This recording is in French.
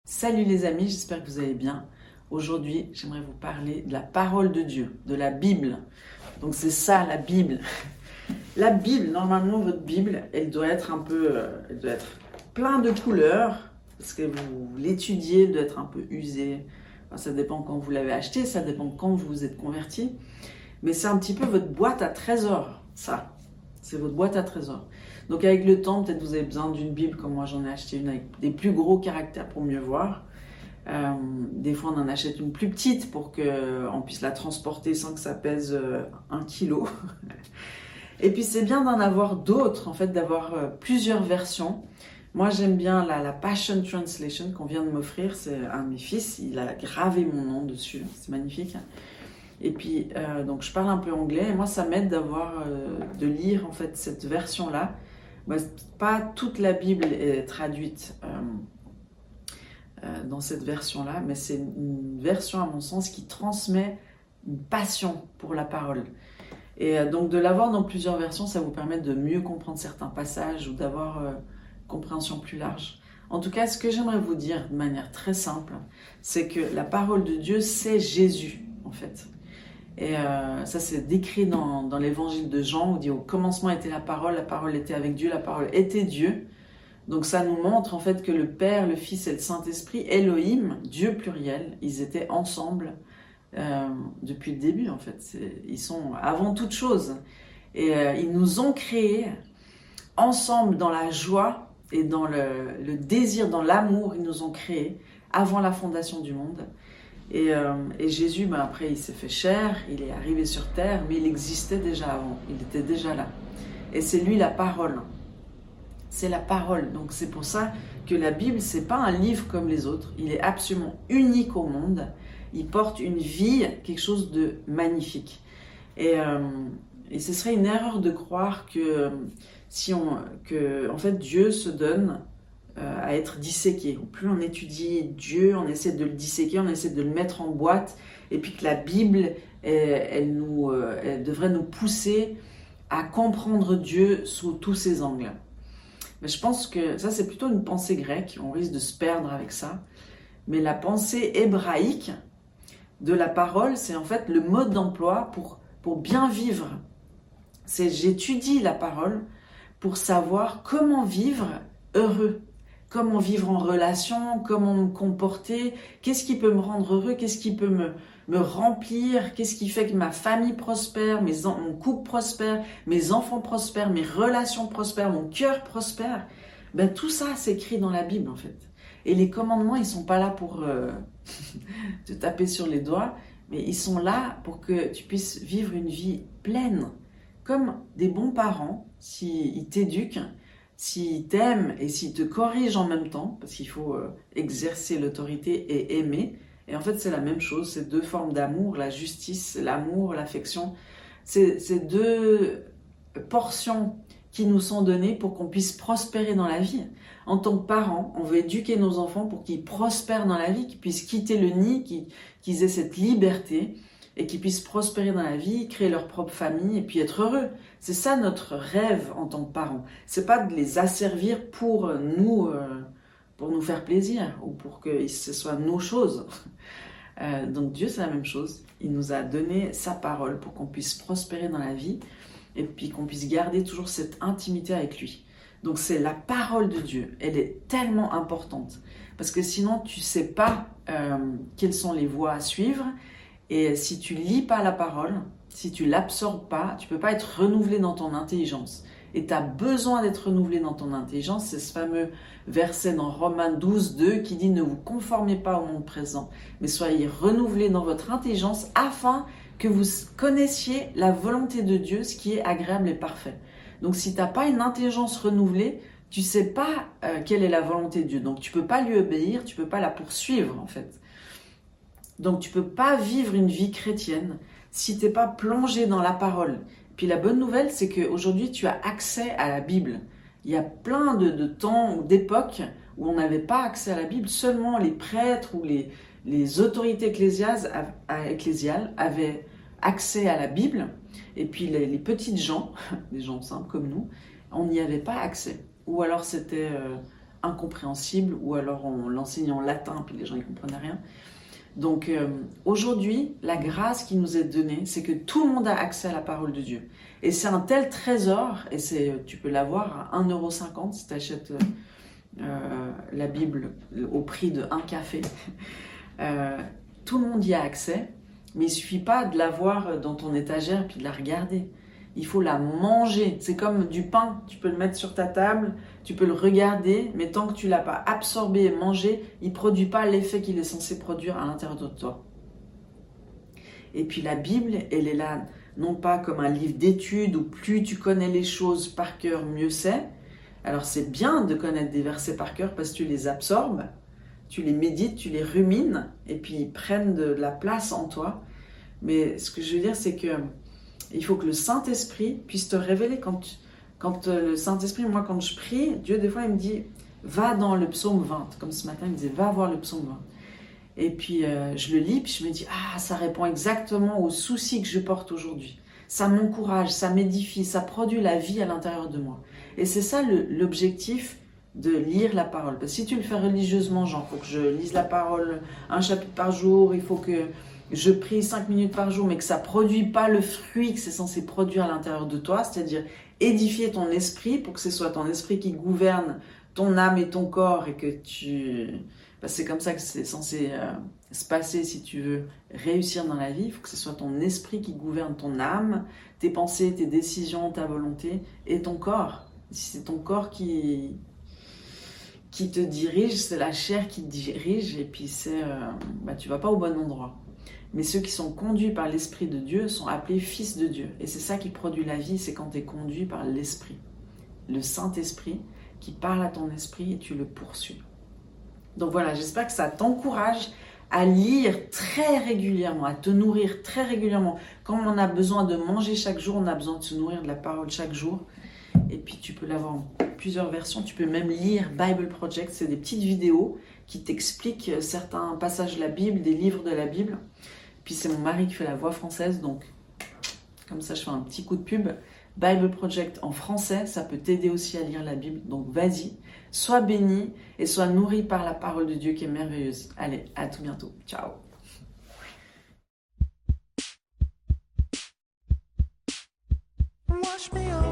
Salut les amis, j'espère que vous allez bien. Aujourd'hui, j'aimerais vous parler de la parole de Dieu, de la Bible. Donc c'est ça la Bible. La Bible, normalement votre Bible, elle doit être elle doit être plein de couleurs, parce que vous l'étudiez, elle doit être un peu usée. Enfin, ça dépend quand vous l'avez acheté, ça dépend quand vous vous êtes converti. Mais c'est un petit peu votre boîte à trésors, ça. C'est votre boîte à trésors. Donc avec le temps, peut-être vous avez besoin d'une Bible, comme moi j'en ai acheté une avec des plus gros caractères pour mieux voir. Des fois on en achète une plus petite pour qu'on puisse la transporter sans que ça pèse 1 kilo. Et puis c'est bien d'en avoir d'autres, en fait, d'avoir plusieurs versions. Moi j'aime bien la Passion Translation qu'on vient de m'offrir, c'est un de mes fils, il a gravé mon nom dessus, c'est magnifique. Et puis, donc je parle un peu anglais, et moi ça m'aide de lire en fait cette version-là. Pas toute la Bible est traduite dans cette version-là, mais c'est une version à mon sens qui transmet une passion pour la parole. Et donc de l'avoir dans plusieurs versions, ça vous permet de mieux comprendre certains passages ou d'avoir une compréhension plus large. En tout cas, ce que j'aimerais vous dire de manière très simple, c'est que la parole de Dieu, c'est Jésus en fait. Et ça c'est décrit dans l'évangile de Jean, où il dit au commencement était la parole était avec Dieu, la parole était Dieu. Donc ça nous montre en fait que le Père, le Fils et le Saint-Esprit, Elohim, Dieu pluriel, ils étaient ensemble depuis le début en fait. Ils sont avant toute chose. Et ils nous ont créés ensemble dans la joie et dans le désir, dans l'amour, ils nous ont créés avant la fondation du monde. Et Jésus, après, il s'est fait chair, il est arrivé sur terre, mais il existait déjà avant, il était déjà là. Et c'est lui la parole. C'est la parole. Donc c'est pour ça que la Bible, c'est pas un livre comme les autres. Il est absolument unique au monde. Il porte une vie, quelque chose de magnifique. Et ce serait une erreur de croire que en fait, Dieu se donne à être disséqué. Plus on étudie Dieu, on essaie de le disséquer, on essaie de le mettre en boîte, et puis que la Bible, elle devrait nous pousser à comprendre Dieu sous tous ses angles. Mais je pense que ça, c'est plutôt une pensée grecque, on risque de se perdre avec ça. Mais la pensée hébraïque de la parole, c'est en fait le mode d'emploi pour bien vivre. C'est j'étudie la parole pour savoir comment vivre heureux. Comment vivre en relation, comment me comporter, qu'est-ce qui peut me rendre heureux, qu'est-ce qui peut me remplir, qu'est-ce qui fait que ma famille prospère, mon couple prospère, mes enfants prospèrent, mes relations prospèrent, mon cœur prospère. Tout ça, c'est écrit dans la Bible en fait. Et les commandements, ils sont pas là pour te taper sur les doigts, mais ils sont là pour que tu puisses vivre une vie pleine, comme des bons parents, s'ils t'éduquent, s'il t'aime et s'il te corrige en même temps, parce qu'il faut exercer l'autorité et aimer, et en fait c'est la même chose, c'est deux formes d'amour, la justice, l'amour, l'affection, c'est deux portions qui nous sont données pour qu'on puisse prospérer dans la vie. En tant que parents, on veut éduquer nos enfants pour qu'ils prospèrent dans la vie, qu'ils puissent quitter le nid, qu'ils aient cette liberté, et qu'ils puissent prospérer dans la vie, créer leur propre famille et puis être heureux. C'est ça notre rêve en tant que parents. C'est pas de les asservir pour nous faire plaisir ou pour que ce soit nos choses. Donc Dieu, c'est la même chose. Il nous a donné sa parole pour qu'on puisse prospérer dans la vie et puis qu'on puisse garder toujours cette intimité avec lui. Donc c'est la parole de Dieu. Elle est tellement importante parce que sinon tu sais pas quelles sont les voies à suivre. Et si tu lis pas la parole, si tu l'absorbes pas, tu peux pas être renouvelé dans ton intelligence. Et tu as besoin d'être renouvelé dans ton intelligence. C'est ce fameux verset dans Romains 12, 2 qui dit « Ne vous conformez pas au monde présent, mais soyez renouvelés dans votre intelligence afin que vous connaissiez la volonté de Dieu, ce qui est agréable et parfait. » Donc si tu n'as pas une intelligence renouvelée, tu sais pas quelle est la volonté de Dieu. Donc tu peux pas lui obéir, tu peux pas la poursuivre en fait. Donc tu peux pas vivre une vie chrétienne si tu n'es pas plongé dans la parole. Puis la bonne nouvelle, c'est qu'aujourd'hui, tu as accès à la Bible. Il y a plein de temps ou d'époques où on n'avait pas accès à la Bible. Seulement les prêtres ou les autorités ecclésiales avaient accès à la Bible. Et puis les petites gens, les gens simples comme nous, on n'y avait pas accès. Ou alors c'était incompréhensible, ou alors on l'enseignait en latin, puis les gens ne comprenaient rien. Donc aujourd'hui, la grâce qui nous est donnée, c'est que tout le monde a accès à la parole de Dieu. Et c'est un tel trésor, et tu peux l'avoir à 1,50 € si tu achètes la Bible au prix de 1 café. Tout le monde y a accès, mais il ne suffit pas de l'avoir dans ton étagère puis de la regarder. Il faut la manger. C'est comme du pain, tu peux le mettre sur ta table, tu peux le regarder, mais tant que tu ne l'as pas absorbé et mangé, il ne produit pas l'effet qu'il est censé produire à l'intérieur de toi. Et puis la Bible, elle est là, non pas comme un livre d'études où plus tu connais les choses par cœur, mieux c'est. Alors c'est bien de connaître des versets par cœur parce que tu les absorbes, tu les médites, tu les rumines, et puis ils prennent de la place en toi. Mais ce que je veux dire, c'est que il faut que le Saint-Esprit puisse te révéler. Quand le Saint-Esprit, moi quand je prie, Dieu des fois il me dit, va dans le psaume 20. Comme ce matin il me disait, va voir le psaume 20. Et puis je le lis, puis je me dis, ça répond exactement aux soucis que je porte aujourd'hui. Ça m'encourage, ça m'édifie, ça produit la vie à l'intérieur de moi. Et c'est ça l'objectif de lire la parole. Parce que si tu le fais religieusement, genre, il faut que je lise la parole un chapitre par jour, il faut que je prie 5 minutes par jour, mais que ça ne produit pas le fruit que c'est censé produire à l'intérieur de toi, c'est-à-dire édifier ton esprit pour que ce soit ton esprit qui gouverne ton âme et ton corps, et que c'est comme ça que c'est censé se passer si tu veux réussir dans la vie. Il faut que ce soit ton esprit qui gouverne ton âme, tes pensées, tes décisions, ta volonté et ton corps. Si c'est ton corps qui te dirige, c'est la chair qui te dirige, et puis tu vas pas au bon endroit. Mais ceux qui sont conduits par l'Esprit de Dieu sont appelés fils de Dieu. Et c'est ça qui produit la vie, c'est quand tu es conduit par l'Esprit. Le Saint-Esprit qui parle à ton esprit et tu le poursuis. Donc voilà, j'espère que ça t'encourage à lire très régulièrement, à te nourrir très régulièrement. Comme on a besoin de manger chaque jour, on a besoin de se nourrir de la parole chaque jour. Et puis tu peux l'avoir en plusieurs versions. Tu peux même lire Bible Project, c'est des petites vidéos qui t'expliquent certains passages de la Bible, des livres de la Bible. Puis c'est mon mari qui fait la voix française, donc comme ça je fais un petit coup de pub. Bible Project en français, ça peut t'aider aussi à lire la Bible. Donc vas-y, sois béni et sois nourri par la parole de Dieu qui est merveilleuse. Allez, à tout bientôt. Ciao. Wash me